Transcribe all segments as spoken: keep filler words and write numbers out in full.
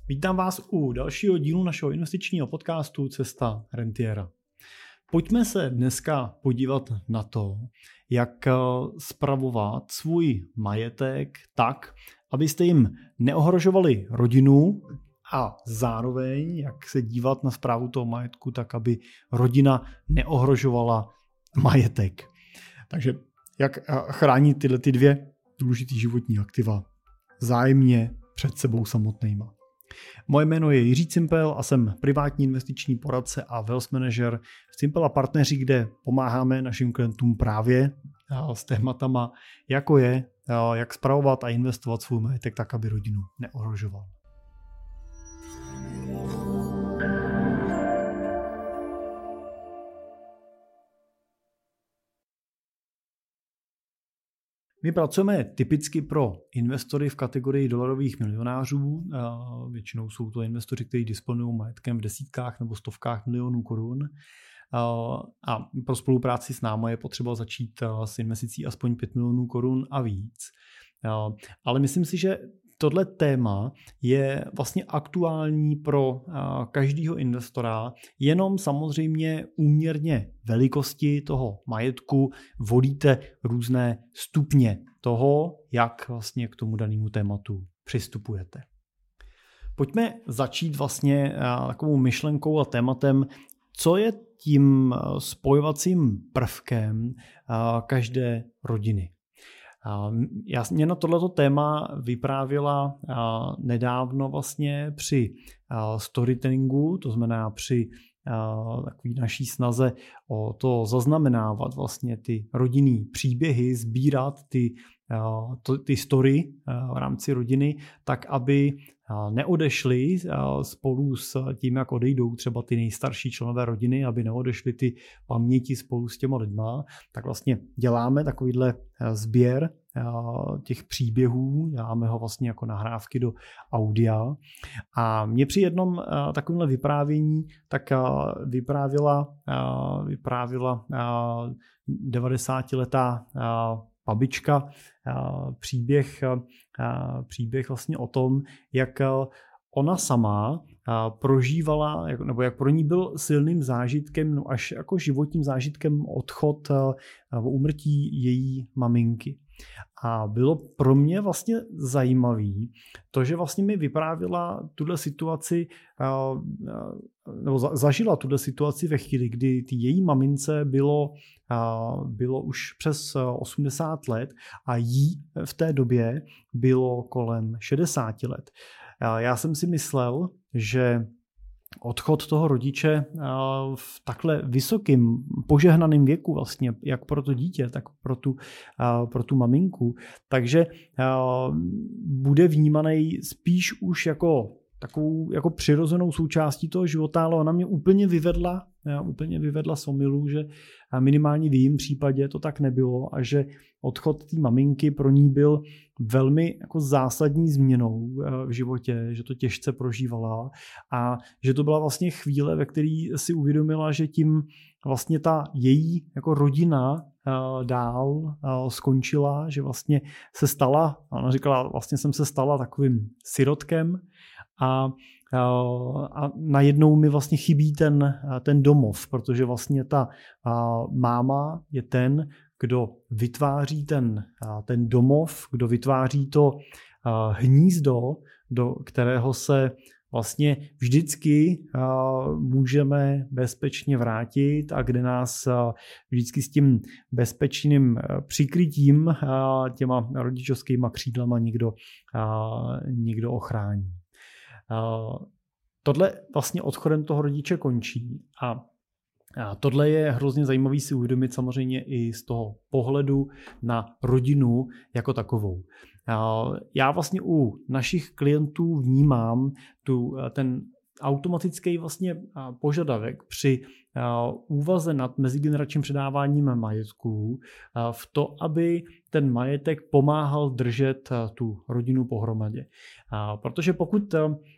Vítám vás u dalšího dílu našeho investičního podcastu Cesta rentiera. Pojďme se dneska podívat na to, jak spravovat svůj majetek tak, abyste jim neohrožovali rodinu a zároveň jak se dívat na správu toho majetku tak, aby rodina neohrožovala majetek. Takže jak chránit tyhle ty dvě důležité životní aktiva vzájemně před sebou samotnýma. Moje jméno je Jiří Cimpel a jsem privátní investiční poradce a wealth manager v Cimpel a partneři, kde pomáháme našim klientům právě s tématama, jako je, jak spravovat a investovat svůj majetek tak, aby rodinu neohrožoval. My pracujeme typicky pro investory v kategorii dolarových milionářů. Většinou jsou to investoři, kteří disponují majetkem v desítkách nebo stovkách milionů korun. A pro spolupráci s námi je potřeba začít s investicí aspoň pět milionů korun a víc. Ale myslím si, že tohle téma je vlastně aktuální pro každého investora, jenom samozřejmě úměrně velikosti toho majetku volíte různé stupně toho, jak vlastně k tomu danému tématu přistupujete. Pojďme začít vlastně takovou myšlenkou a tématem, co je tím spojovacím prvkem každé rodiny. Já mě na tohleto téma vyprávěla nedávno vlastně při storytellingu, to znamená při takový naší snaze o to zaznamenávat vlastně ty rodinný příběhy, sbírat ty, ty story v rámci rodiny, tak aby neodešli spolu s tím, jak odejdou třeba ty nejstarší členové rodiny, aby neodešly ty paměti spolu s těma lidma, tak vlastně děláme takovýhle sběr těch příběhů, děláme ho vlastně jako nahrávky do audia. A mě při jednom takovémhle vyprávění tak vyprávila, vyprávila devadesátiletá babička příběh, příběh vlastně o tom, jak ona sama prožívala, nebo jak pro ní byl silným zážitkem, no až jako životním zážitkem odchod nebo úmrtí její maminky. A bylo pro mě vlastně zajímavý to, že vlastně mi vyprávěla tuhle situaci, nebo zažila tuhle situaci ve chvíli, kdy ty její mamince bylo, bylo už přes osmdesát let a jí v té době bylo kolem šedesát let. Já jsem si myslel, že odchod toho rodiče v takhle vysokým, požehnaném věku vlastně, jak pro to dítě, tak pro tu, pro tu maminku, takže bude vnímaný spíš už jako takovou jako přirozenou součástí toho života, ale ona mě úplně vyvedla, úplně vyvedla z omylu, že minimálně v jejím případě to tak nebylo a že odchod té maminky pro ní byl velmi jako zásadní změnou v životě, že to těžce prožívala a že to byla vlastně chvíle, ve které si uvědomila, že tím vlastně ta její jako rodina dál skončila, že vlastně se stala, ona říkala, vlastně jsem se stala takovým sirotkem a a najednou mi vlastně chybí ten, ten domov, protože vlastně ta máma je ten, kdo vytváří ten, ten domov, kdo vytváří to hnízdo, do kterého se vlastně vždycky můžeme bezpečně vrátit a kde nás vždycky s tím bezpečným přikrytím těma rodičovskýma křídlama někdo, někdo ochrání. Tohle vlastně odchodem toho rodiče končí a tohle je hrozně zajímavý si uvědomit samozřejmě i z toho pohledu na rodinu jako takovou. Já vlastně u našich klientů vnímám tu, ten automatický vlastně požadavek při úvaze nad mezigeneračním předáváním majetků v to, aby ten majetek pomáhal držet tu rodinu pohromadě. Protože pokud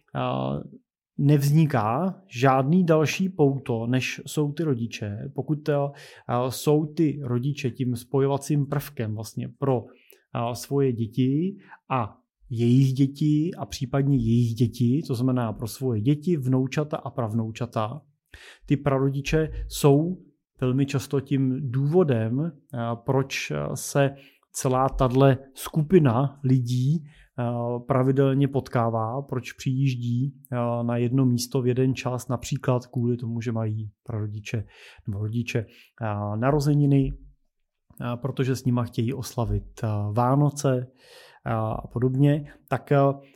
nevzniká žádný další pouto, než jsou ty rodiče, pokud jsou ty rodiče tím spojovacím prvkem vlastně pro svoje děti a jejich děti a případně jejich děti, to znamená pro svoje děti, vnoučata a pravnoučata. Ty prarodiče jsou velmi často tím důvodem, proč se celá tahle skupina lidí pravidelně potkává, proč přijíždí na jedno místo v jeden čas, například kvůli tomu, že mají prarodiče nebo rodiče narozeniny, protože s nima chtějí oslavit Vánoce a podobně, tak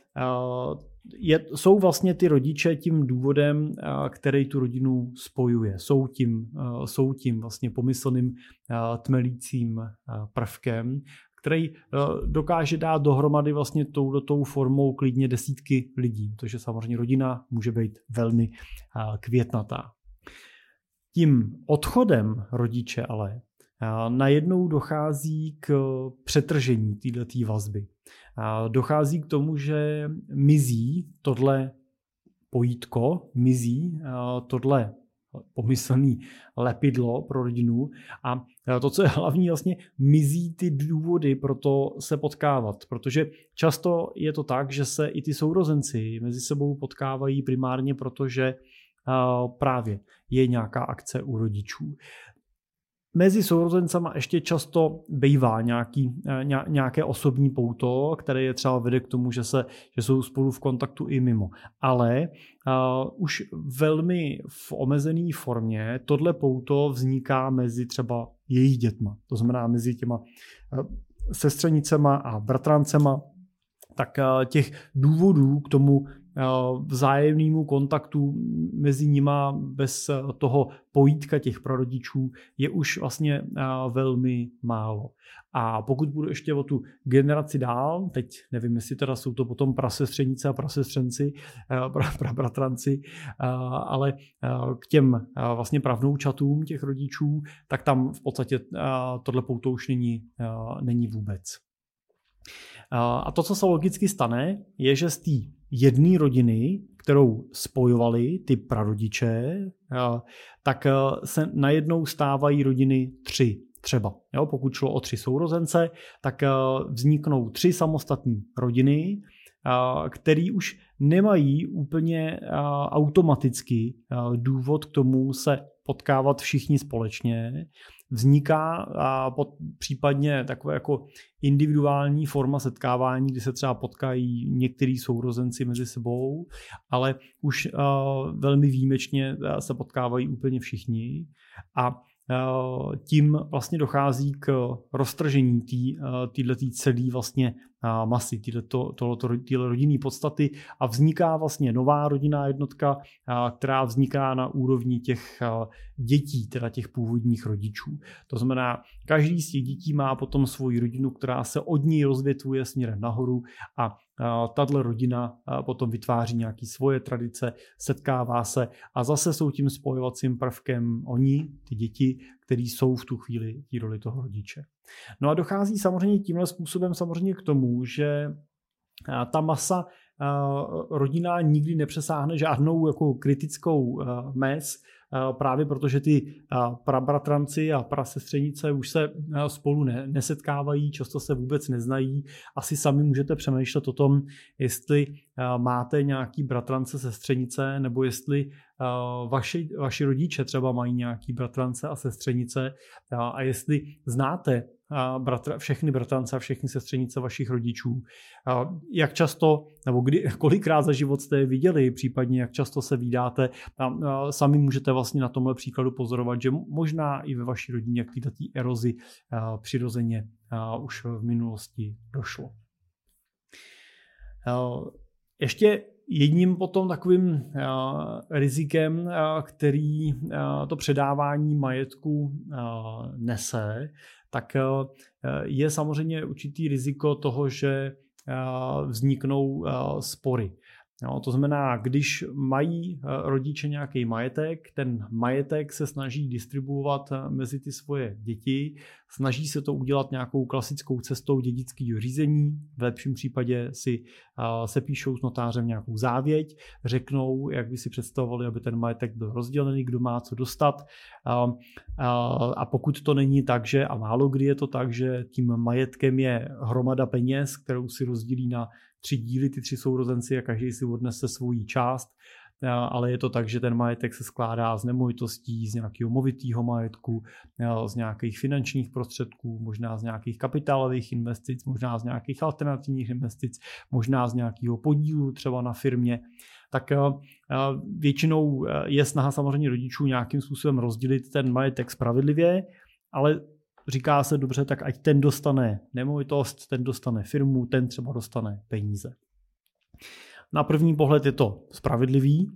je, jsou vlastně ty rodiče tím důvodem, který tu rodinu spojuje. Jsou tím, jsou tím vlastně pomyslným tmelícím prvkem, který dokáže dát dohromady vlastně touhletou formou klidně desítky lidí, protože samozřejmě rodina může být velmi květnatá. Tím odchodem rodiče ale najednou dochází k přetržení této vazby. Dochází k tomu, že mizí tohle pojítko, mizí tohle pomyslný lepidlo pro rodinu a to, co je hlavní, vlastně mizí ty důvody pro to se potkávat, protože často je to tak, že se i ty sourozenci mezi sebou potkávají primárně proto, že právě je nějaká akce u rodičů. Mezi sourozencama ještě často bývá nějaký, nějaké osobní pouto, které je třeba vede k tomu, že, se, že jsou spolu v kontaktu i mimo. Ale uh, už velmi v omezené formě tohle pouto vzniká mezi třeba jejich dětma. To znamená mezi těma uh, sestřenicema a bratrancema. Tak uh, těch důvodů k tomu vzájemnému kontaktu mezi nima bez toho pojítka těch prarodičů je už vlastně velmi málo. A pokud budu ještě o tu generaci dál, teď nevím, jestli teda jsou to potom prasestřenice a prasestřenci, prabratranci, ale k těm vlastně pravnoučatům těch rodičů, tak tam v podstatě tohle pouto už není, není vůbec. A to, co se logicky stane, je, že z té jedné rodiny, kterou spojovali ty prarodiče, tak se najednou stávají rodiny tři třeba. Jo, pokud šlo o tři sourozence, tak vzniknou tři samostatné rodiny, které už nemají úplně automaticky důvod k tomu se potkávat všichni společně. Vzniká pod, případně takové jako individuální forma setkávání, kdy se třeba potkají některý sourozenci mezi sebou, ale už uh, velmi výjimečně se potkávají úplně všichni a uh, tím vlastně dochází k roztržení této uh, celé vlastně uh, masy, téhle rodinné podstaty a vzniká vlastně nová rodinná jednotka, uh, která vzniká na úrovni těch uh, dětí, teda těch původních rodičů. To znamená, každý z těch dětí má potom svoji rodinu, která se od ní rozvětvuje směrem nahoru a tato rodina potom vytváří nějaké svoje tradice, setkává se a zase jsou tím spojovacím prvkem oni, ty děti, které jsou v tu chvíli v roli toho rodiče. No a dochází samozřejmě tímhle způsobem samozřejmě k tomu, že ta masa rodina nikdy nepřesáhne žádnou jako kritickou mez, právě protože ty prabratranci a prasestřenice už se spolu ne, nesetkávají, často se vůbec neznají. Asi sami můžete přemýšlet o tom, jestli máte nějaký bratrance, sestřenice, nebo jestli vaši, vaši rodiče třeba mají nějaký bratrance a sestřenice a jestli znáte bratra, všechny bratrance a všechny sestřenice vašich rodičů. Jak často, nebo kdy, kolikrát za život jste je viděli, případně jak často se vídáte. A sami můžete vlastně na tomhle příkladu pozorovat, že možná i ve vaší rodině k této erozi přirozeně už v minulosti došlo. Ještě jedním potom takovým uh, rizikem, uh, který uh, to předávání majetku uh, nese, tak uh, je samozřejmě určitý riziko toho, že uh, vzniknou uh, spory. No, to znamená, když mají rodiče nějaký majetek, ten majetek se snaží distribuovat mezi ty svoje děti, snaží se to udělat nějakou klasickou cestou dědického řízení, v lepším případě si se píšou s notářem nějakou závěť, řeknou, jak by si představovali, aby ten majetek byl rozdělený, kdo má co dostat a pokud to není tak, že a málo kdy je to tak, že tím majetkem je hromada peněz, kterou si rozdělí na tři díly, ty tři sourozenci a každý si odnese svoji část, ale je to tak, že ten majetek se skládá z nemovitostí, z nějakého movitého majetku, z nějakých finančních prostředků, možná z nějakých kapitálových investic, možná z nějakých alternativních investic, možná z nějakého podílu třeba na firmě. Tak většinou je snaha samozřejmě rodičů nějakým způsobem rozdělit ten majetek spravedlivě, ale říká se dobře, tak ať ten dostane nemovitost, ten dostane firmu, ten třeba dostane peníze. Na první pohled je to spravedlivý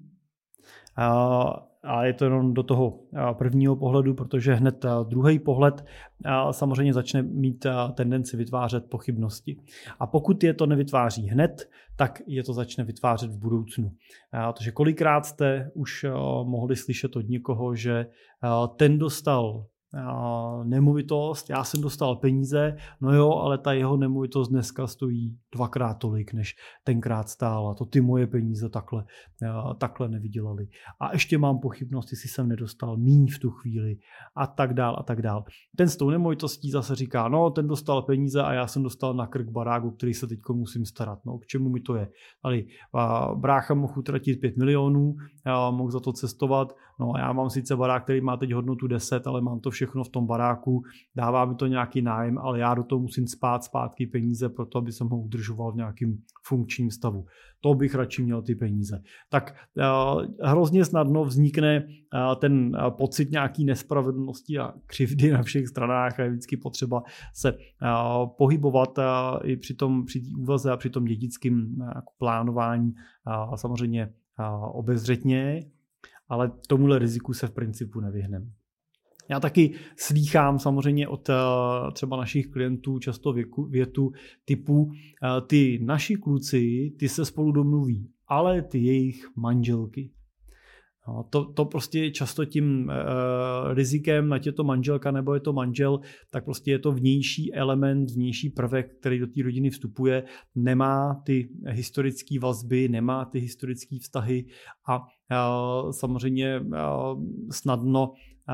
a je to jenom do toho prvního pohledu, protože hned druhý pohled samozřejmě začne mít tendenci vytvářet pochybnosti. A pokud je to nevytváří hned, tak je to začne vytvářet v budoucnu. Protože kolikrát jste už mohli slyšet od někoho, že ten dostal nemovitost, já jsem dostal peníze, no jo, ale ta jeho nemovitost dneska stojí dvakrát tolik, než tenkrát stála. To ty moje peníze takhle, takhle nevydělaly. A ještě mám pochybnost, jestli jsem nedostal míň v tu chvíli a tak dál a tak dál. Ten s tou nemovitostí zase říká, no ten dostal peníze a já jsem dostal na krk baráku, který se teď musím starat. No k čemu mi to je? Tady brácha mohl utratit pět milionů, já mohl za to cestovat, no a já mám sice barák, který má teď hodnotu deset, ale mám to všechno v tom baráku, dává mi to nějaký nájem, ale já do toho musím spát zpátky peníze, proto aby jsem ho udržoval v nějakém funkčním stavu. To bych radši měl ty peníze. Tak uh, hrozně snadno vznikne uh, ten uh, pocit nějaký nespravedlnosti a křivdy na všech stranách a je vždycky potřeba se uh, pohybovat uh, i při tom, při té úvaze a při tom dědickém uh, plánování uh, samozřejmě uh, obezřetně, ale tomuhle riziku se v principu nevyhneme. Já taky slýchám samozřejmě od třeba našich klientů často věku, větu typu ty naši kluci, ty se spolu domluví, ale ty jejich manželky. No, to, to prostě je často tím uh, rizikem, ať je to manželka nebo je to manžel, tak prostě je to vnější element, vnější prvek, který do té rodiny vstupuje, nemá ty historické vazby, nemá ty historické vztahy a uh, samozřejmě uh, snadno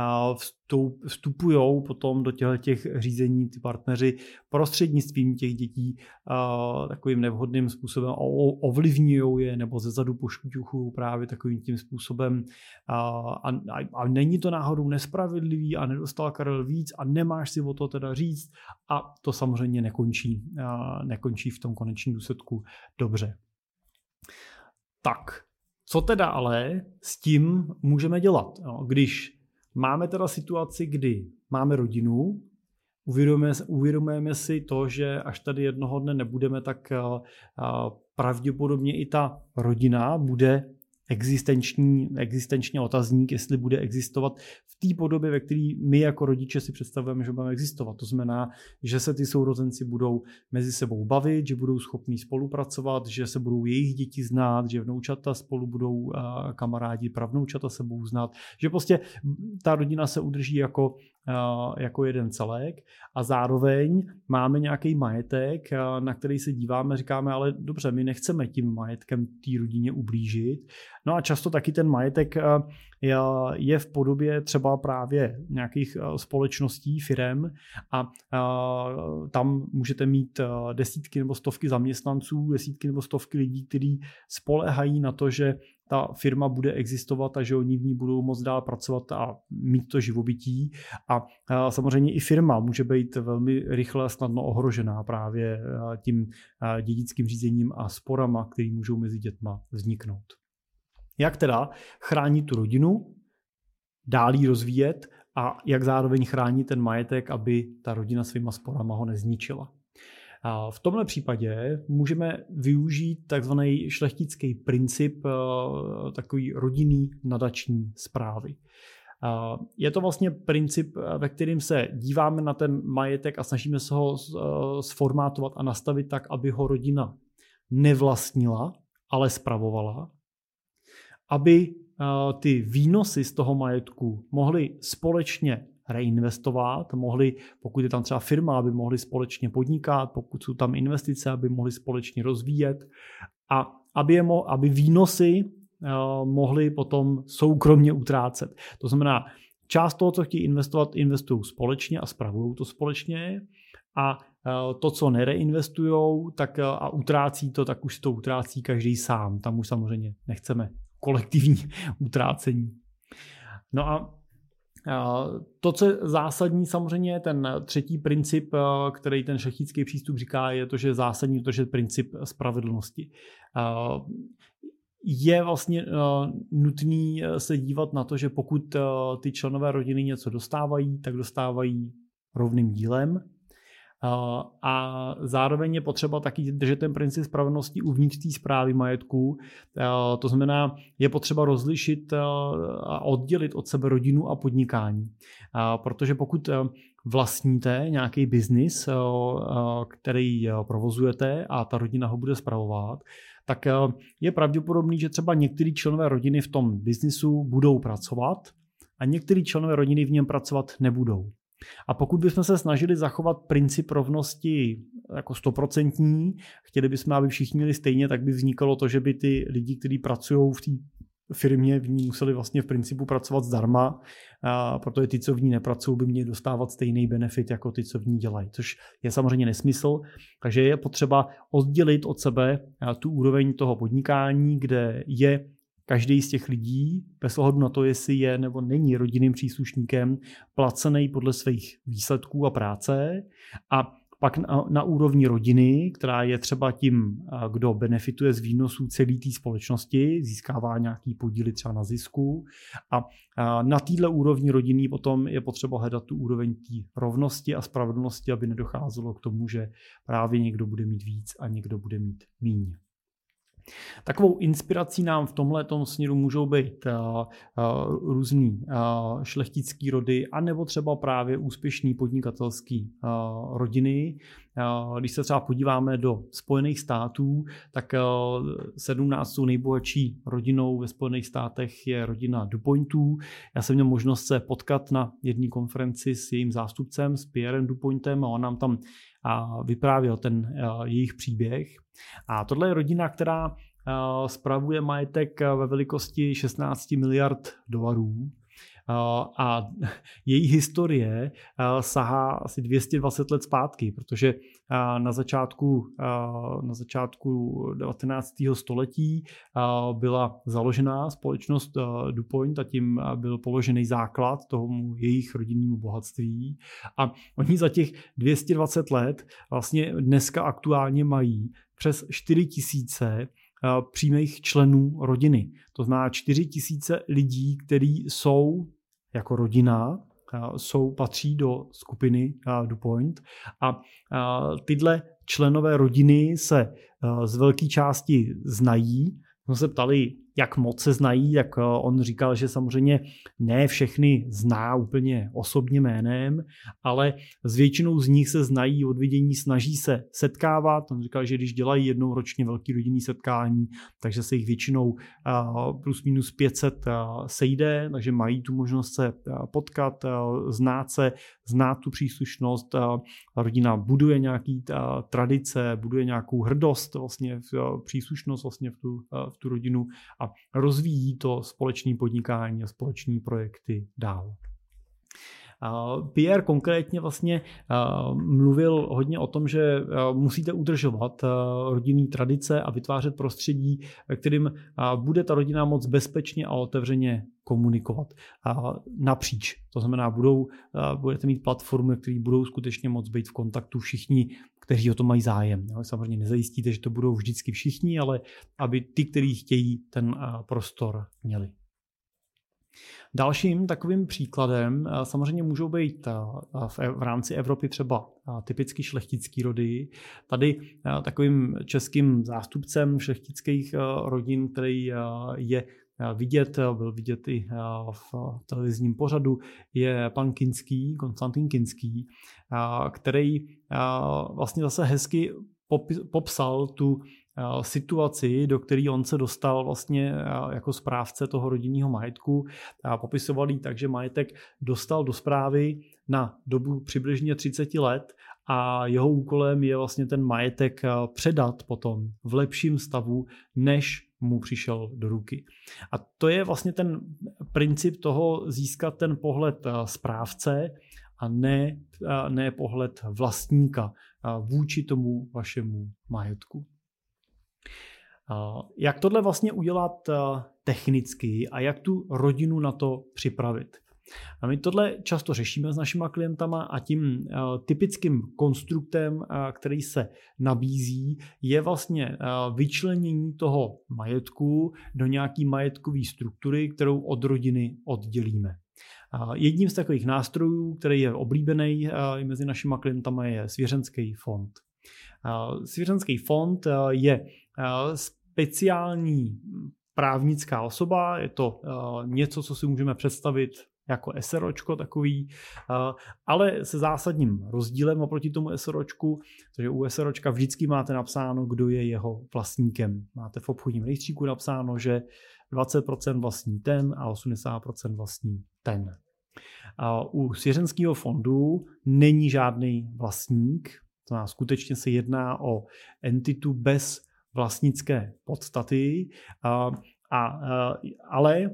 vstupují potom do těch řízení ty partneři prostřednictvím těch dětí takovým nevhodným způsobem, ovlivňují je nebo zezadu pošťuchují právě takovým tím způsobem a, a, a není to náhodou nespravedlivý a nedostal Karel víc a nemáš si o to teda říct a to samozřejmě nekončí, nekončí v tom konečném důsledku dobře. Tak, co teda ale s tím můžeme dělat, když máme teda situaci, kdy máme rodinu, uvědomujeme, uvědomujeme si to, že až tady jednoho dne nebudeme, tak pravděpodobně i ta rodina bude existenční, existenčně otazník, jestli bude existovat v té podobě, ve které my jako rodiče si představujeme, že budeme existovat. To znamená, že se ty sourozenci budou mezi sebou bavit, že budou schopní spolupracovat, že se budou jejich děti znát, že vnoučata spolu budou kamarádi, pravnoučata se budou znát, že prostě ta rodina se udrží jako, jako jeden celek a zároveň máme nějaký majetek, na který se díváme, říkáme, ale dobře, my nechceme tím majetkem té rodině ublížit. No a často taky ten majetek je v podobě třeba právě nějakých společností, firem a tam můžete mít desítky nebo stovky zaměstnanců, desítky nebo stovky lidí, kteří spoléhají na to, že ta firma bude existovat a že oni v ní budou moc dál pracovat a mít to živobytí. A samozřejmě i firma může být velmi rychle a snadno ohrožená právě tím dědickým řízením a sporama, které můžou mezi dětma vzniknout. Jak teda chránit tu rodinu, dál ji rozvíjet a jak zároveň chránit ten majetek, aby ta rodina svýma sporama ho nezničila. A v tomhle případě můžeme využít takzvaný šlechtický princip takový rodinný nadační správy. Je to vlastně princip, ve kterým se díváme na ten majetek a snažíme se ho sformátovat a nastavit tak, aby ho rodina nevlastnila, ale spravovala, aby ty výnosy z toho majetku mohly společně reinvestovat, mohli, pokud je tam třeba firma, aby mohli společně podnikat, pokud jsou tam investice, aby mohli společně rozvíjet a aby, je mo- aby výnosy uh, mohly potom soukromně utrácet. To znamená, část toho, co chtějí investovat, investují společně a spravují to společně a to, co nereinvestujou tak a utrácí to, tak už to utrácí každý sám. Tam už samozřejmě nechceme kolektivní utrácení. No a to, co je zásadní, samozřejmě ten třetí princip, který ten šlechtický přístup říká, je to, že je zásadní udržet princip spravedlnosti. Je vlastně nutný se dívat na to, že pokud ty členové rodiny něco dostávají, tak dostávají rovným dílem. A zároveň je potřeba taky držet ten princip spravedlnosti uvnitř té správy majetku. To znamená, je potřeba rozlišit a oddělit od sebe rodinu a podnikání. Protože pokud vlastníte nějaký biznis, který provozujete a ta rodina ho bude spravovat, tak je pravděpodobný, že třeba některý členové rodiny v tom biznisu budou pracovat a některý členové rodiny v něm pracovat nebudou. A pokud bychom se snažili zachovat princip rovnosti jako stoprocentní, chtěli bychom, aby všichni měli stejně, tak by vznikalo to, že by ty lidi, kteří pracují v té firmě, v ní museli vlastně v principu pracovat zdarma, a protože ty, co v ní nepracují, by měli dostávat stejný benefit jako ty, co v ní dělají, což je samozřejmě nesmysl. Takže je potřeba oddělit od sebe tu úroveň toho podnikání, kde je každý z těch lidí, bez ohledu na to, jestli je nebo není rodinným příslušníkem, placený podle svých výsledků a práce, a pak na, na úrovni rodiny, která je třeba tím, kdo benefituje z výnosů celé té společnosti, získává nějaký podíly třeba na zisku, a, a na této úrovni rodiny potom je potřeba hledat tu úroveň té rovnosti a spravedlnosti, aby nedocházelo k tomu, že právě někdo bude mít víc a někdo bude mít míň. Takovou inspirací nám v tomhletom směru můžou být uh, uh, různý uh, šlechtický rody, anebo třeba právě úspěšný podnikatelský uh, rodiny. Uh, když se třeba podíváme do Spojených států, tak uh, sedmnáctou nejbohatší rodinou ve Spojených státech je rodina DuPointů. Já jsem měl možnost se potkat na jedné konferenci s jejím zástupcem, s Pierrem DuPointem, a on nám tam a vyprávěl ten uh, jejich příběh. A tohle je rodina, která uh, spravuje majetek ve velikosti šestnáct miliard dolarů. Uh, a její historie uh, sahá asi dvě stě dvacet let zpátky, protože uh, na začátku, uh, na začátku devatenáctého století uh, byla založená společnost uh, DuPont, a tím uh, byl položený základ tomu jejich rodinnému bohatství. A oni za těch dvě stě dvacet let vlastně dneska aktuálně mají přes čtyři tisíce přímých členů rodiny. To znamená čtyři tisíce lidí, kteří jsou jako rodina, jsou, patří do skupiny DuPont, a tyhle členové rodiny se z velké části znají. Jsme se ptali, jak moc se znají, tak on říkal, že samozřejmě ne všechny zná úplně osobně jménem, ale s většinou z nich se znají od vidění, snaží se setkávat. On říkal, že když dělají jednou ročně velký rodinný setkání, takže se jich většinou plus minus pět set sejde, takže mají tu možnost se potkat, znát se, znát tu příslušnost. Rodina buduje nějaký tradice, buduje nějakou hrdost, vlastně příslušnost vlastně v tu, v tu rodinu, a rozvíjí to společné podnikání a společné projekty dál. Pierre konkrétně vlastně mluvil hodně o tom, že musíte udržovat rodinné tradice a vytvářet prostředí, ve kterým bude ta rodina moc bezpečně a otevřeně komunikovat napříč. To znamená, budou, budete mít platformy, které budou skutečně moc být v kontaktu všichni, kteří o to mají zájem. Samozřejmě nezajistíte, že to budou vždycky všichni, ale aby ty, kteří chtějí, ten prostor měli. Dalším takovým příkladem samozřejmě můžou být v rámci Evropy třeba typicky šlechtický rody. Tady takovým českým zástupcem šlechtických rodin, který je vidět, byl vidět i v televizním pořadu, je pan Kinský, Konstantin Kinský, který vlastně zase hezky popsal tu situaci, do které on se dostal vlastně jako správce toho rodinného majetku. Popisoval ji tak, že majetek dostal do správy na dobu přibližně třicet let a jeho úkolem je vlastně ten majetek předat potom v lepším stavu, než mu přišel do ruky. A to je vlastně ten princip toho získat ten pohled správce a ne, ne pohled vlastníka vůči tomu vašemu majetku. Jak tohle vlastně udělat technicky a jak tu rodinu na to připravit? A my tohle často řešíme s našimi klientama a tím typickým konstruktem, který se nabízí, je vlastně vyčlenění toho majetku do nějaký majetkové struktury, kterou od rodiny oddělíme. Jedním z takových nástrojů, který je oblíbený mezi našimi klientama, je svěřenský fond. Svěřenský fond je speciální právnická osoba, je to něco, co si můžeme představit jako SROčko takový, ale se zásadním rozdílem oproti tomu SROčku, protože u SROčka vždycky máte napsáno, kdo je jeho vlastníkem. Máte v obchodním rejstříku napsáno, že dvacet procent vlastní ten a osmdesát procent vlastní ten. U svěřenského fondu není žádný vlastník, to znamená, skutečně se jedná o entitu bez vlastnické podstaty, a, a, ale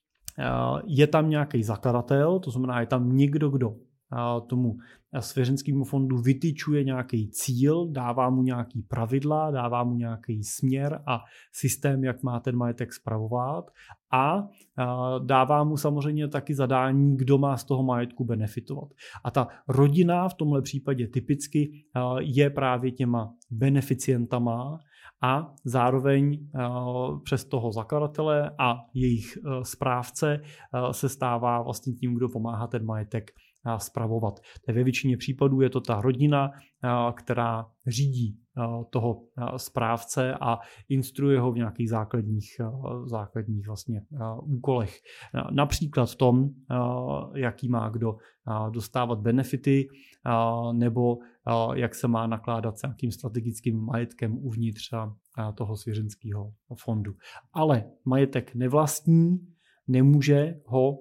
je tam nějaký zakladatel, to znamená, je tam někdo, kdo tomu svěřenskému fondu vytyčuje nějaký cíl, dává mu nějaký pravidla, dává mu nějaký směr a systém, jak má ten majetek spravovat a dává mu samozřejmě taky zadání, kdo má z toho majetku benefitovat. A ta rodina v tomhle případě typicky je právě těma beneficientama a zároveň přes toho zakladatele a jejich správce se stává vlastně tím, kdo pomáhá ten majetek spravovat. Ve většině případů je to ta rodina, která řídí toho správce a instruuje ho v nějakých základních, základních vlastně úkolech. Například v tom, jaký má kdo dostávat benefity, nebo jak se má nakládat s nějakým strategickým majetkem uvnitř toho svěřenského fondu. Ale majetek nevlastní, nemůže ho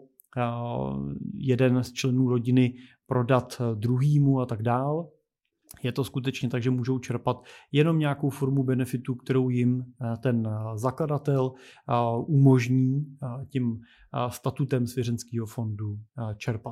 jeden z členů rodiny prodat druhýmu a tak dál. Je to skutečně tak, že můžou čerpat jenom nějakou formu benefitu, kterou jim ten zakladatel umožní tím statutem svěřenského fondu čerpat.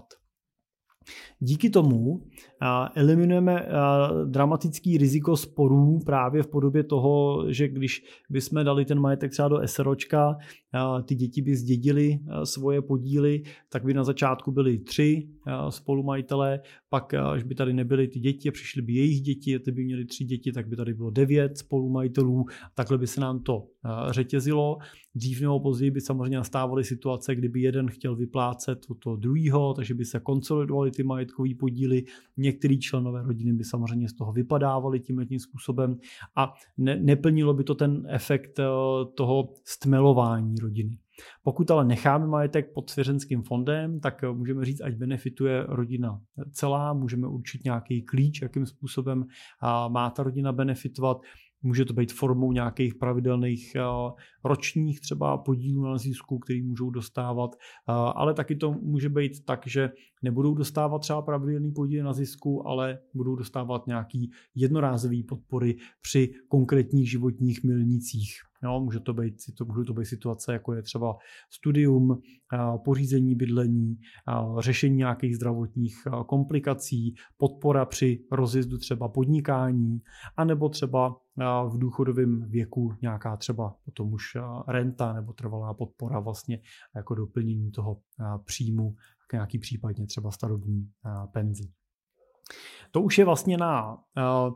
Díky tomu eliminujeme dramatický riziko sporů právě v podobě toho, že když bychom dali ten majetek třeba do SROčka, ty děti by zdědily svoje podíly, tak by na začátku byly tři spolumajitelé, pak až by tady nebyly ty děti a přišly by jejich děti, ty by měly tři děti, tak by tady bylo devět spolumajitelů, takhle by se nám to řetězilo. Dřív nebo později by samozřejmě nastávaly situace, kdyby jeden chtěl vyplácet od toho druhého, takže by se konsolidovaly ty majetkové podíly. Některý členové rodiny by samozřejmě z toho vypadávali tímhle způsobem a ne, neplnilo by to ten efekt toho stmelování rodiny. Pokud ale necháme majetek pod svěřenským fondem, tak můžeme říct, ať benefituje rodina celá, můžeme určit nějaký klíč, jakým způsobem má ta rodina benefitovat. Může to být formou nějakých pravidelných ročních třeba podílů na zisku, který můžou dostávat, ale taky to může být tak, že nebudou dostávat třeba pravidelný podíl na zisku, ale budou dostávat nějaký jednorázový podpory při konkrétních životních milnících. No, může to být, může to být situace, jako je třeba studium, pořízení bydlení, řešení nějakých zdravotních komplikací, podpora při rozjezdu třeba podnikání, anebo třeba v důchodovém věku nějaká třeba potom už renta nebo trvalá podpora vlastně jako doplnění toho příjmu, nějaký případně třeba starobní penzi. To už je vlastně na uh,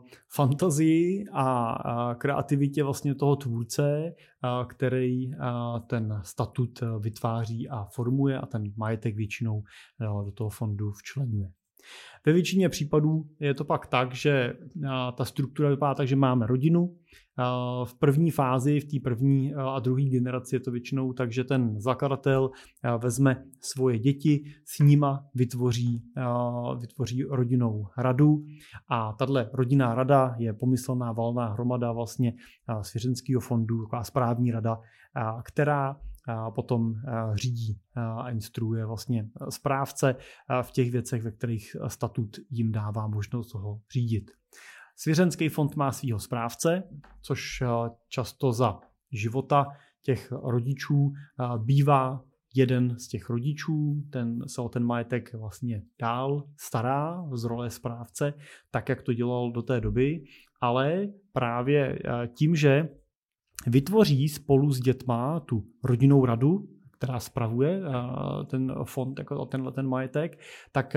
fantazii a uh, kreativitě vlastně toho tvůrce, uh, který uh, ten statut vytváří a formuje a ten majetek většinou uh, do toho fondu včleňuje. Ve většině případů je to pak tak, že ta struktura vypadá tak, že máme rodinu. V první fázi, v té první a druhé generaci je to většinou tak, že ten zakladatel vezme svoje děti, s nima vytvoří, vytvoří rodinnou radu a tahle rodinná rada je pomyslná valná hromada vlastně svěřenského fondu, taková správní rada, která a potom řídí a instruuje vlastně správce v těch věcech, ve kterých statut jim dává možnost toho řídit. Svěřenský fond má svého správce, což často za života těch rodičů bývá jeden z těch rodičů, ten se o ten majetek vlastně dál stará z role správce, tak jak to dělal do té doby, ale právě tím, že vytvoří spolu s dětma tu rodinnou radu, která spravuje ten fond, jako tenhle ten majetek, tak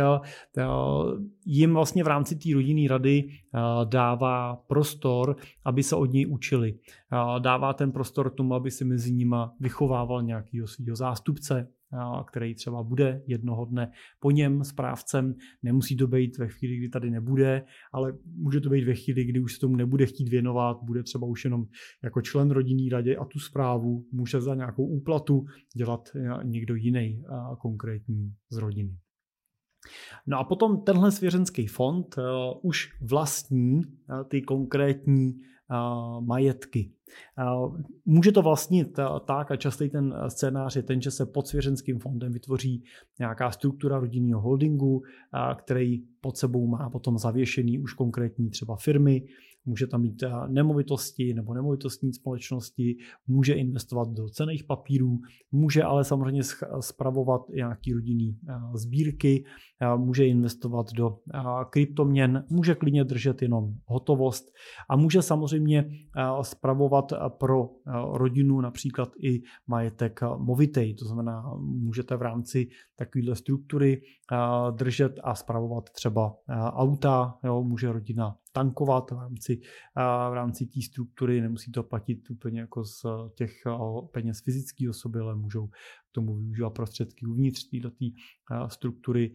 jim vlastně v rámci té rodinné rady dává prostor, aby se od něj učili. Dává ten prostor tomu, aby si mezi nima vychovával nějakého svého zástupce, který třeba bude jednoho dne po něm správcem. Nemusí to být ve chvíli, kdy tady nebude, ale může to být ve chvíli, kdy už se tomu nebude chtít věnovat, bude třeba už jenom jako člen rodinné rady a tu správu může za nějakou úplatu dělat někdo jiný konkrétní z rodiny. No a potom tenhle svěřenský fond uh, už vlastní uh, ty konkrétní uh, majetky. Uh, může to vlastnit uh, tak, a častý ten scénář je ten, že se pod svěřenským fondem vytvoří nějaká struktura rodinného holdingu, uh, který pod sebou má potom zavěšený už konkrétní třeba firmy, může tam mít nemovitosti nebo nemovitostní společnosti, může investovat do cenných papírů, může ale samozřejmě spravovat nějaký rodinný sbírky, může investovat do kryptoměn, může klidně držet jenom hotovost a může samozřejmě spravovat pro rodinu například i majetek movitej. To znamená, můžete v rámci takovéhle struktury držet a spravovat třeba auta, jo, může rodina tankovat v rámci, v rámci té struktury, nemusí to platit úplně jako z těch peněz fyzické osoby, ale můžou k tomu využívat prostředky uvnitř této struktury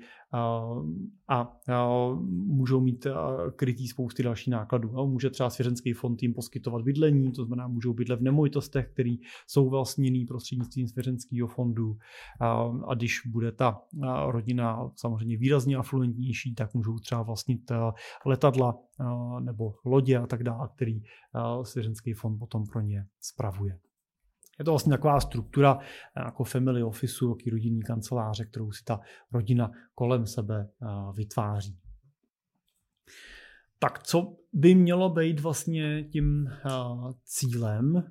a můžou mít krytý spousty dalších nákladů. Může třeba svěřenský fond jim poskytovat bydlení, to znamená, můžou bydlet v nemovitostech, které jsou vlastněný prostřednictvím svěřenského fondu a když bude ta rodina samozřejmě výrazně afluentnější, tak můžou třeba vlastnit letadla nebo lodě a tak dále, který svěřenský fond potom pro ně spravuje. Je to vlastně taková struktura jako family officeu, jaký rodinný kanceláře, kterou si ta rodina kolem sebe vytváří. Tak co by mělo být vlastně tím cílem?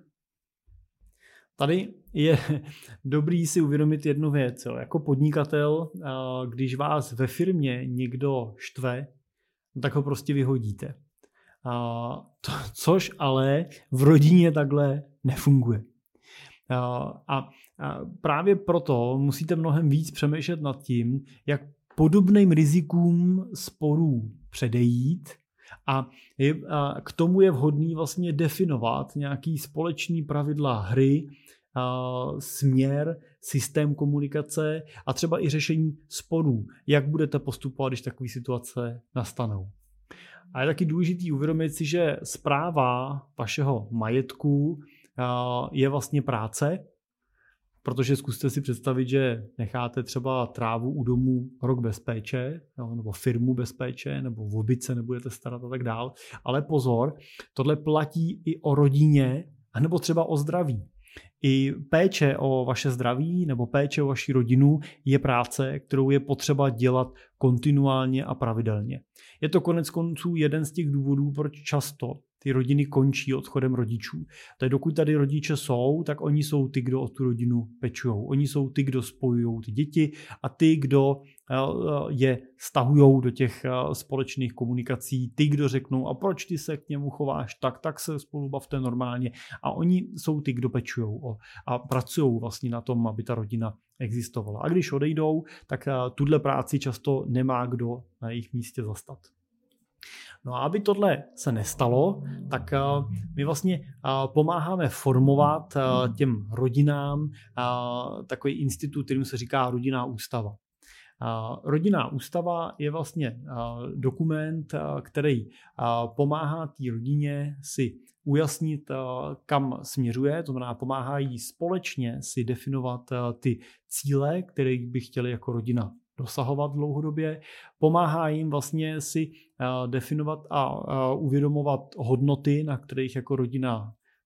Tady je dobrý si uvědomit jednu věc. Jo. Jako podnikatel, když vás ve firmě někdo štve, tak ho prostě vyhodíte. To, což ale v rodině takhle nefunguje. A právě proto musíte mnohem víc přemýšlet nad tím, jak podobným rizikům sporů předejít a k tomu je vhodný vlastně definovat nějaký společný pravidla hry, směr, systém komunikace a třeba i řešení sporů, jak budete postupovat, když takové situace nastanou. A je taky důležitý uvědomit si, že správa vašeho majetku je vlastně práce, protože zkuste si představit, že necháte třeba trávu u domu rok bez péče, nebo firmu bez péče, nebo v obytce nebudete starat a tak dál. Ale pozor, tohle platí i o rodině, anebo třeba o zdraví. I péče o vaše zdraví nebo péče o vaši rodinu je práce, kterou je potřeba dělat kontinuálně a pravidelně. Je to konec konců jeden z těch důvodů, proč často ty rodiny končí odchodem rodičů. Takže dokud tady rodiče jsou, tak oni jsou ty, kdo o tu rodinu pečujou. Oni jsou ty, kdo spojují ty děti a ty, kdo je stahujou do těch společných komunikací, ty, kdo řeknou, a proč ty se k němu chováš tak, tak se spolu bavte normálně. A oni jsou ty, kdo pečujou a pracují vlastně na tom, aby ta rodina existovala. A když odejdou, tak tuhle práci často nemá kdo na jejich místě zastat. No a aby tohle se nestalo, tak my vlastně pomáháme formovat těm rodinám takový institut, kterým se říká rodinná ústava. Rodinná ústava je vlastně dokument, který pomáhá té rodině si ujasnit, kam směřuje, to znamená pomáhá jí společně si definovat ty cíle, které by chtěli jako rodina dosahovat dlouhodobě, pomáhá jim vlastně si definovat a uvědomovat hodnoty, na kterých jako rodina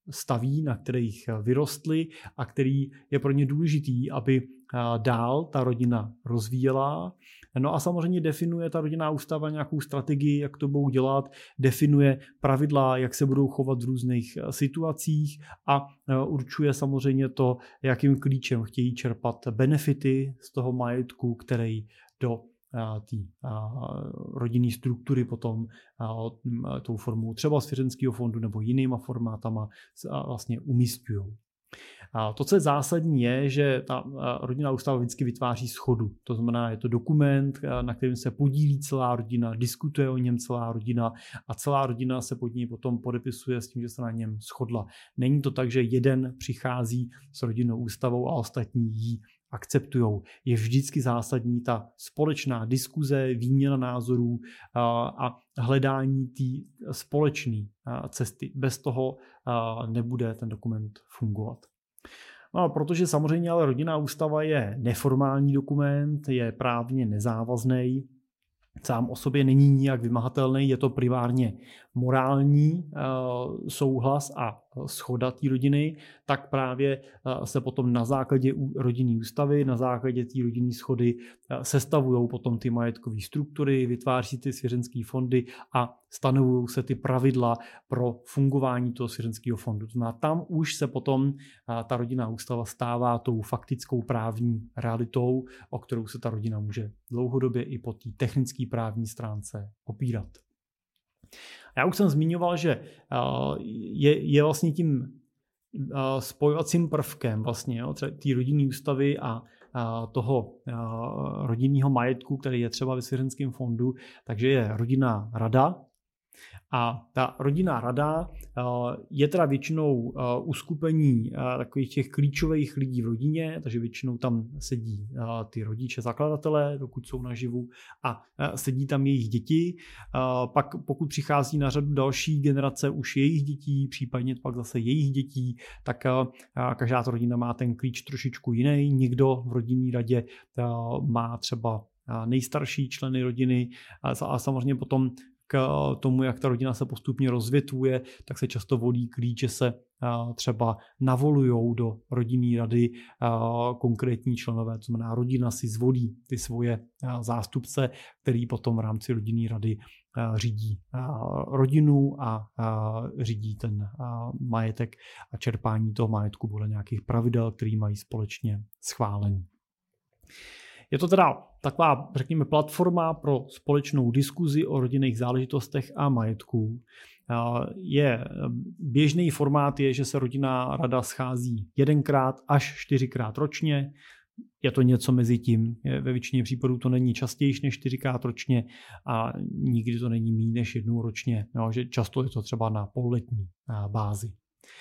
staví, na kterých vyrostli a který je pro ně důležitý, aby dál ta rodina rozvíjela. No a samozřejmě definuje ta rodinná ústava nějakou strategii, jak to budou dělat, definuje pravidla, jak se budou chovat v různých situacích a určuje samozřejmě to, jakým klíčem chtějí čerpat benefity z toho majetku, který do té rodinné struktury potom tou formou třeba svěřenského fondu nebo jinýma formátama vlastně umísťují. To, co je zásadní, je, že ta rodinná ústava vždycky vytváří shodu. To znamená, je to dokument, na kterém se podílí celá rodina, diskutuje o něm celá rodina a celá rodina se pod ní potom podepisuje s tím, že se na něm shodla. Není to tak, že jeden přichází s rodinnou ústavou a ostatní ji akceptujou. Je vždycky zásadní ta společná diskuze, výměna názorů a hledání té společné cesty. Bez toho nebude ten dokument fungovat. No, protože samozřejmě ale rodinná ústava je neformální dokument, je právně nezávazný, sám o sobě není nijak vymahatelný, je to primárně morální uh, souhlas a shoda té rodiny, tak právě uh, se potom na základě rodinné ústavy, na základě té rodinné shody uh, sestavují potom ty majetkové struktury, vytváří ty svěřenské fondy a stanovují se ty pravidla pro fungování toho svěřenského fondu. To znamená, tam už se potom uh, ta rodinná ústava stává tou faktickou právní realitou, o kterou se ta rodina může dlouhodobě i po té technické právní stránce opírat. Já už jsem zmiňoval, že je, je vlastně tím spojovacím prvkem vlastně té rodinné ústavy a toho rodinného majetku, který je třeba ve svěřenském fondu, takže je rodinná rada. A ta rodinná rada je teda většinou uskupení takových těch klíčových lidí v rodině, takže většinou tam sedí ty rodiče, zakladatelé, dokud jsou naživu, a sedí tam jejich děti. Pak pokud přichází na řadu další generace už jejich dětí, případně pak zase jejich dětí, tak každá ta rodina má ten klíč trošičku jiný. Někdo v rodinné radě má třeba nejstarší členy rodiny a samozřejmě potom k tomu, jak ta rodina se postupně rozvětvuje, tak se často volí klíče, se třeba navolujou do rodinné rady konkrétní členové, to znamená, rodina si zvolí ty svoje zástupce, který potom v rámci rodinné rady řídí rodinu a řídí ten majetek a čerpání toho majetku podle nějakých pravidel, který mají společně schválený. Je to teda taková, řekněme, platforma pro společnou diskuzi o rodinných záležitostech a majetku. Je běžný formát je, že se rodinná rada schází jedenkrát až čtyřikrát ročně. Je to něco mezi tím. Ve většině případů to není častěji než čtyřikrát ročně a nikdy to není méně než jednou ročně. No, že často je to třeba na pololetní bázi.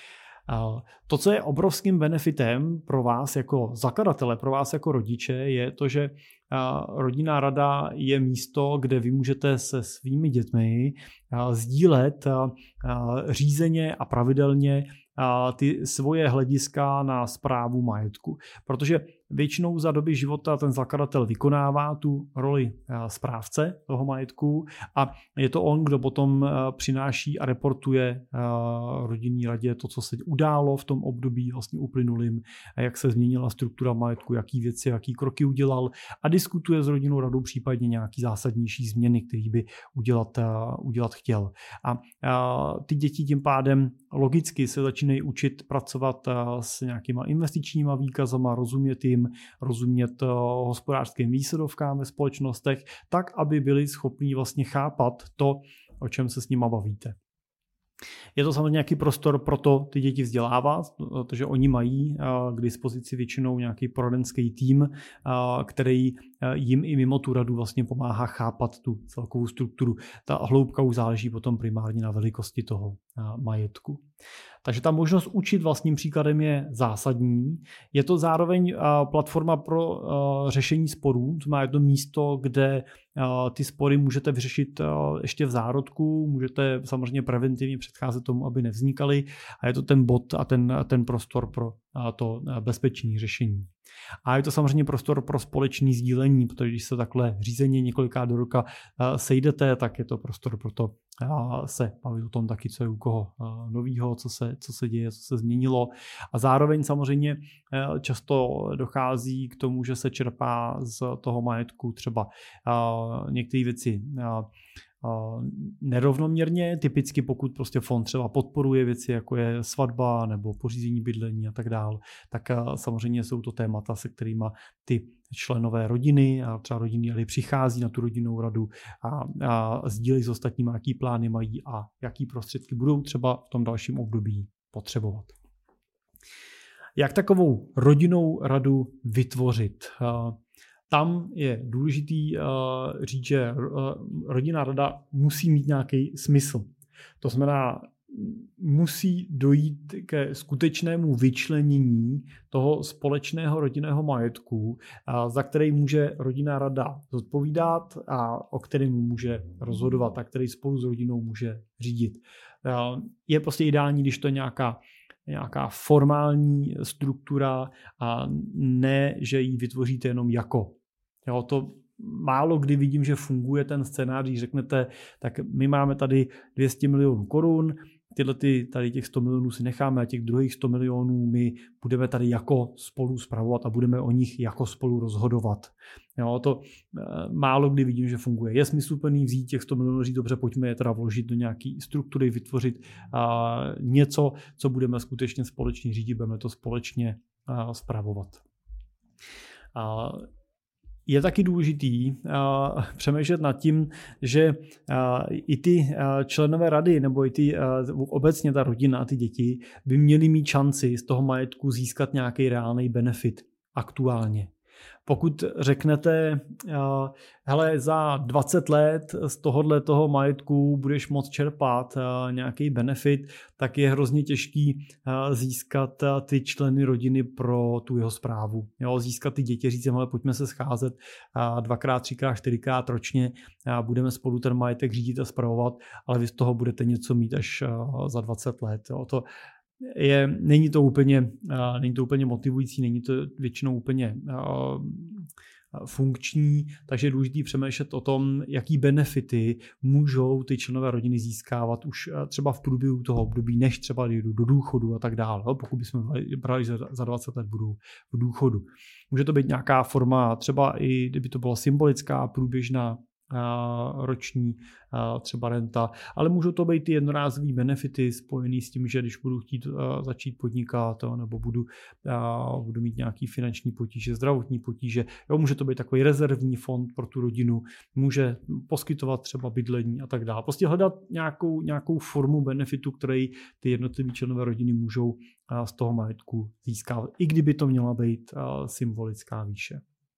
To, co je obrovským benefitem pro vás jako zakladatele, pro vás jako rodiče, je to, že rodinná rada je místo, kde vy můžete se svými dětmi sdílet řízeně a pravidelně ty svoje hlediska na správu majetku. Protože většinou za doby života ten zakladatel vykonává tu roli správce toho majetku a je to on, kdo potom přináší a reportuje rodinné radě to, co se událo v tom období vlastně uplynulým, jak se změnila struktura majetku, jaký věci, jaký kroky udělal a diskutuje s rodinnou radou případně nějaký zásadnější změny, které by udělat, udělat chtěl. A ty děti tím pádem logicky se začínají učit pracovat s nějakýma investičníma výkazama, rozumět jim, rozumět hospodářským výsledovkám ve společnostech, tak, aby byli schopní vlastně chápat to, o čem se s nima bavíte. Je to samozřejmě nějaký prostor pro to ty děti vzdělávat, protože oni mají k dispozici většinou nějaký poradenský tým, který jim i mimo tu radu vlastně pomáhá chápat tu celkovou strukturu. Ta hloubka už záleží potom primárně na velikosti toho majetku. Takže ta možnost učit vlastním příkladem je zásadní. Je to zároveň platforma pro řešení sporů, to má jedno místo, kde ty spory můžete vyřešit ještě v zárodku, můžete samozřejmě preventivně předcházet tomu, aby nevznikaly, a je to ten bod a ten, ten prostor pro to bezpečné řešení. A je to samozřejmě prostor pro společné sdílení, protože když se takhle řízeně několikrát do roka sejdete, tak je to prostor pro to se bavit o tom taky, co je u koho novýho, co se, co se děje, co se změnilo. A zároveň samozřejmě často dochází k tomu, že se čerpá z toho majetku třeba některé věci nerovnoměrně, typicky pokud prostě fond třeba podporuje věci, jako je svatba nebo pořízení bydlení a tak dál, tak samozřejmě jsou to témata, se kterými ty členové rodiny a třeba rodiny přichází na tu rodinnou radu a, a sdílejí s ostatními, jaký plány mají a jaký prostředky budou třeba v tom dalším období potřebovat. Jak takovou rodinnou radu vytvořit? Tam je důležitý uh, říct, že uh, rodinná rada musí mít nějaký smysl. To znamená, musí dojít ke skutečnému vyčlenění toho společného rodinného majetku, uh, za který může rodinná rada zodpovídat a o kterém může rozhodovat a který spolu s rodinou může řídit. Uh, je prostě ideální, když to je nějaká nějaká formální struktura a ne, že ji vytvoříte jenom jako. Jo, to málo kdy vidím, že funguje ten scénář, když řeknete, tak my máme tady dvě stě milionů korun, tyhle ty, tady těch sto milionů si necháme a těch druhých sto milionů my budeme tady jako spolu spravovat a budeme o nich jako spolu rozhodovat. Jo, to málo kdy vidím, že funguje. Je smysluplný vzít těch sto milionů, říct dobře, pojďme je teda vložit do nějaké struktury, vytvořit uh, něco, co budeme skutečně společně řídit, budeme to společně uh, spravovat. Uh, Je taky důležitý uh, přemýšlet nad tím, že uh, i ty uh, členové rady nebo i ty, uh, obecně ta rodina a ty děti by měly mít šanci z toho majetku získat nějaký reálný benefit aktuálně. Pokud řeknete, uh, hele, za dvacet let z tohohle toho majetku budeš moct čerpat uh, nějaký benefit, tak je hrozně těžký uh, získat uh, ty členy rodiny pro tu jeho správu. Jo, získat ty děti, říct, hele, pojďme se scházet uh, dvakrát, třikrát, čtyřikrát ročně, uh, budeme spolu ten majetek řídit a spravovat, ale vy z toho budete něco mít až uh, za dvacet let. Jo. To Je, není, to úplně, uh, není to úplně motivující, není to většinou úplně uh, funkční, takže je důležité přemýšlet o tom, jaký benefity můžou ty členové rodiny získávat už uh, třeba v průběhu toho období, než třeba jdu do důchodu a tak dále. No, pokud bychom brali, že za dvacet let budou v důchodu. Může to být nějaká forma, třeba i kdyby to byla symbolická, průběžná roční třeba renta, ale můžou to být i jednorázový benefity spojený s tím, že když budu chtít začít podnikat nebo budu, budu mít nějaký finanční potíže, zdravotní potíže, jo, může to být takový rezervní fond pro tu rodinu, může poskytovat třeba bydlení a tak dále. Prostě hledat nějakou, nějakou formu benefitu, který ty jednotlivé členové rodiny můžou z toho majetku získávat, i kdyby to měla být symbolická výše.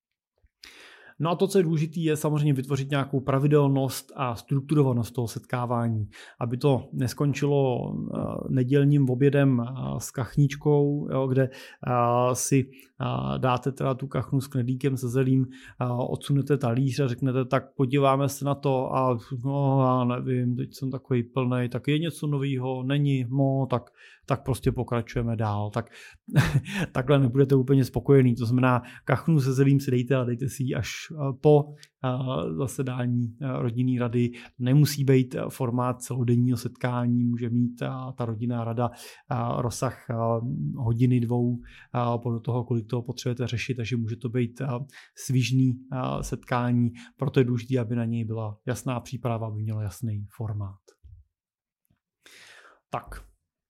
No a to, co je důležité, je samozřejmě vytvořit nějakou pravidelnost a strukturovanost toho setkávání, aby to neskončilo nedělním obědem s kachničkou, jo, kde si dáte teda tu kachnu s knedlíkem se zelím, odsunete talíř a řeknete, tak podíváme se na to a no, já nevím, teď jsem takový plnej, tak je něco novýho, není, no, tak, tak prostě pokračujeme dál. Tak takhle nebudete úplně spokojený, to znamená, kachnu se zelím si dejte a dejte si ji až po zasedání rodinné rady. Nemusí být formát celodenního setkání, může mít ta rodinná rada rozsah hodiny, dvou, podle toho, kolik toho potřebujete řešit, takže může to být svižný setkání, proto je důležité, aby na něj byla jasná příprava, aby měla jasný formát. Tak.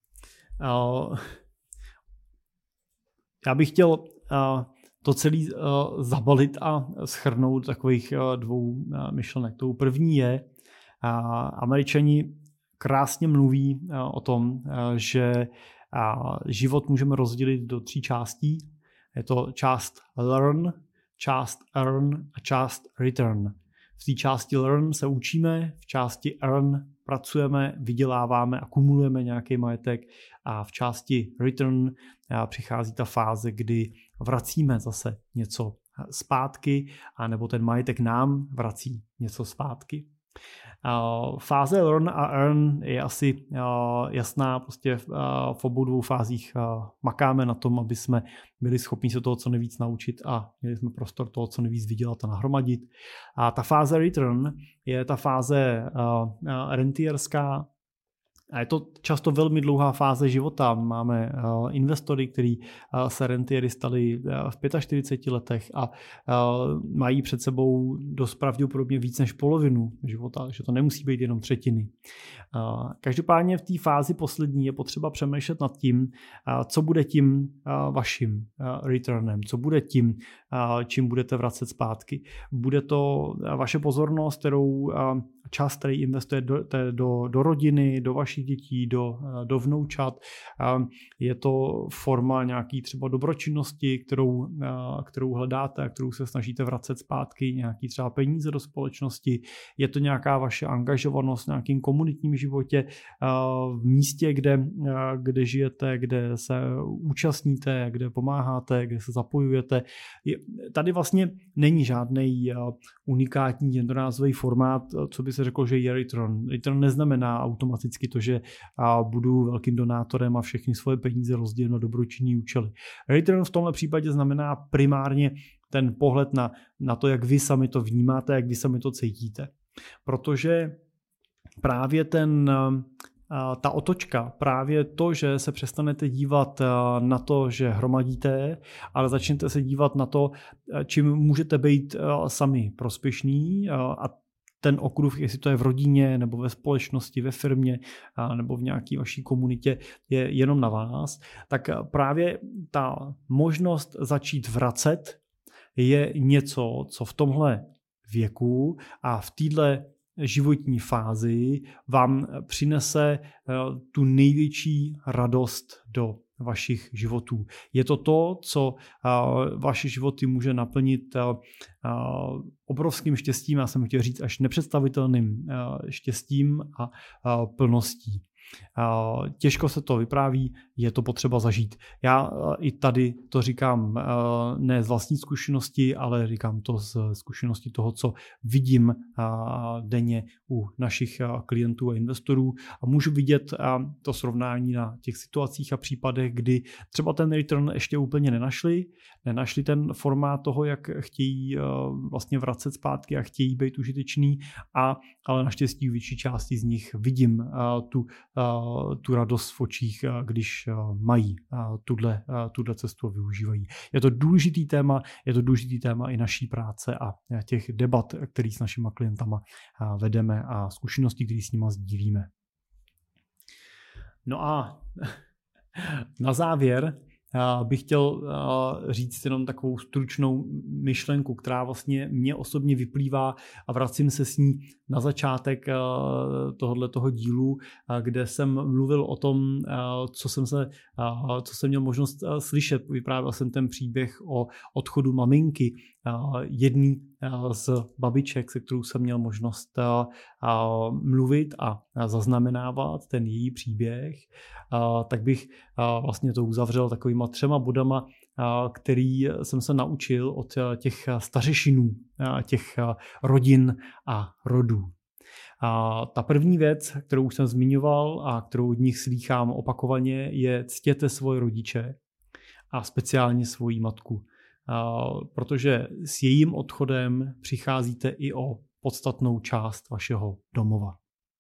Já bych chtěl to celé zabalit a shrnout takových dvou myšlenek. Tou první je, Američani krásně mluví o tom, že život můžeme rozdělit do tří částí. Je to část learn, část earn a část return. V té části learn se učíme, v části earn pracujeme, vyděláváme, akumulujeme nějaký majetek a v části return přichází ta fáze, kdy vracíme zase něco zpátky, anebo ten majetek nám vrací něco zpátky. Uh, fáze learn a earn je asi uh, jasná, prostě uh, v obou dvou fázích uh, makáme na tom, aby jsme byli schopni se toho co nejvíc naučit a měli jsme prostor toho co nejvíc vydělat a nahromadit. A ta fáze return je ta fáze uh, uh, rentierská. A je to často velmi dlouhá fáze života. Máme uh, investory, kteří uh, se rentiery stali uh, v čtyřiceti pěti letech a uh, mají před sebou dost pravděpodobně víc než polovinu života, že to nemusí být jenom třetiny. Uh, každopádně v té fázi poslední je potřeba přemýšlet nad tím, uh, co bude tím uh, vaším uh, returnem, co bude tím, uh, čím budete vracet zpátky. Bude to uh, vaše pozornost, kterou uh, čas, který investujete do, do, do rodiny, do vašich dětí, do, do vnoučat. Je to forma nějaký třeba dobročinnosti, kterou, kterou hledáte, kterou se snažíte vracet zpátky, nějaký třeba peníze do společnosti. Je to nějaká vaše angažovanost v nějakém komunitním životě, v místě, kde, kde žijete, kde se účastníte, kde pomáháte, kde se zapojujete. Tady vlastně není žádný unikátní jednorázový formát, co by se řeklo, že je return. Return neznamená automaticky to, že budu velkým donátorem a všechny svoje peníze rozdělím na dobročinný účely. Return v tomhle případě znamená primárně ten pohled na, na to, jak vy sami to vnímáte, jak vy sami to cítíte. Protože právě ten, ta otočka, právě to, že se přestanete dívat na to, že hromadíte, ale začnete se dívat na to, čím můžete být sami prospěšní a ten okruh, jestli to je v rodině, nebo ve společnosti, ve firmě, nebo v nějaké vaší komunitě, je jenom na vás, tak právě ta možnost začít vracet je něco, co v tomhle věku a v téhle životní fázi vám přinese tu největší radost do vašich životů. Je to to, co vaše životy může naplnit obrovským štěstím, já jsem chtěl říct až nepředstavitelným štěstím a plností. Těžko se to vypráví, je to potřeba zažít. Já i tady to říkám ne z vlastní zkušenosti, ale říkám to z zkušenosti toho, co vidím denně u našich klientů a investorů a můžu vidět to srovnání na těch situacích a případech, kdy třeba ten return ještě úplně nenašli, nenašli ten formát toho, jak chtějí vlastně vracet zpátky a chtějí být užiteční, a, ale naštěstí v větší části z nich vidím tu tu radost v očích, když mají tuhle, tuhle cestu využívají. Je to důležitý téma, je to důležitý téma i naší práce a těch debat, který s našimi klientama vedeme a zkušeností, které s nimi sdílíme. No a na závěr bych chtěl říct jenom takovou stručnou myšlenku, která vlastně mě osobně vyplývá a vracím se s ní na začátek tohoto dílu, kde jsem mluvil o tom, co jsem, se, co jsem měl možnost slyšet. Vyprávěl jsem ten příběh o odchodu maminky, jedný z babiček, se kterou jsem měl možnost mluvit a zaznamenávat ten její příběh, tak bych vlastně to uzavřel takovýma třema bodama, který jsem se naučil od těch stařešinů, těch rodin a rodů. A ta první věc, kterou už jsem zmiňoval a kterou od nich slýchám opakovaně, je ctěte svoje rodiče a speciálně svoji matku. Protože s jejím odchodem přicházíte i o podstatnou část vašeho domova.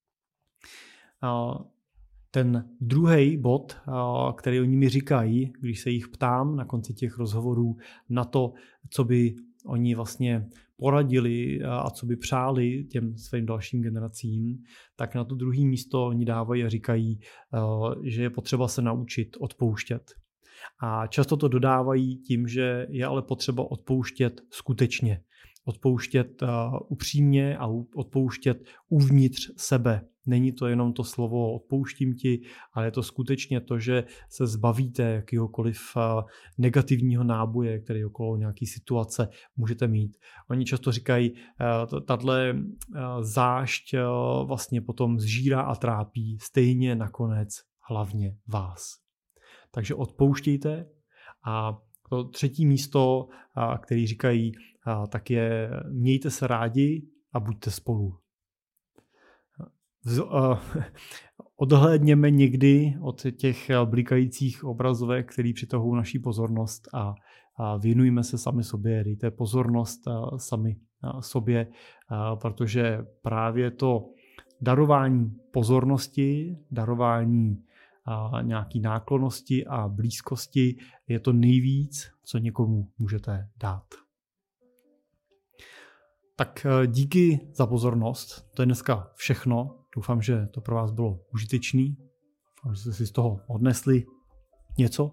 Ten druhý bod, který oni mi říkají, když se jich ptám na konci těch rozhovorů na to, co by oni vlastně poradili a co by přáli těm svým dalším generacím, tak na to druhé místo oni dávají a říkají, že je potřeba se naučit odpouštět. A často to dodávají tím, že je ale potřeba odpouštět skutečně. Odpouštět uh, upřímně a odpouštět uvnitř sebe. Není to jenom to slovo odpouštím ti, ale je to skutečně to, že se zbavíte jakýhokoliv uh, negativního náboje, který okolo nějaký situace můžete mít. Oni často říkají, uh, tato uh, zášť uh, vlastně potom zžírá a trápí stejně nakonec hlavně vás. Takže odpouštějte. A to třetí místo, který říkají, tak je mějte se rádi a buďte spolu. odhlédněme někdy od těch blikajících obrazovek, které přitahují naší pozornost a, a věnujme se sami sobě, dejte pozornost sami sobě, protože právě to darování pozornosti, darování a nějaký náklonnosti a blízkosti je to nejvíc, co někomu můžete dát. Tak díky za pozornost. To je dneska všechno. Doufám, že to pro vás bylo užitečný. Doufám, že jste si z toho odnesli něco.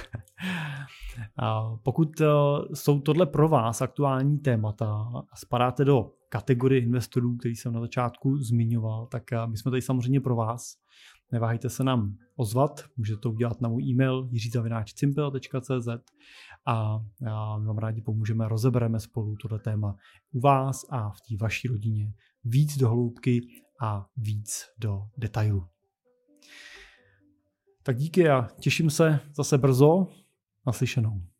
A pokud jsou tohle pro vás aktuální témata a spadáte do kategorie investorů, který jsem na začátku zmiňoval, tak my jsme tady samozřejmě pro vás. Neváhejte se nám ozvat, můžete to udělat na můj e-mail jiří zavináč cimpel tečka cé zet a my vám rádi pomůžeme, rozebereme spolu tohle téma u vás a v té vaší rodině víc do hloubky a víc do detailu. Tak díky a těším se zase brzo. Naslyšenou.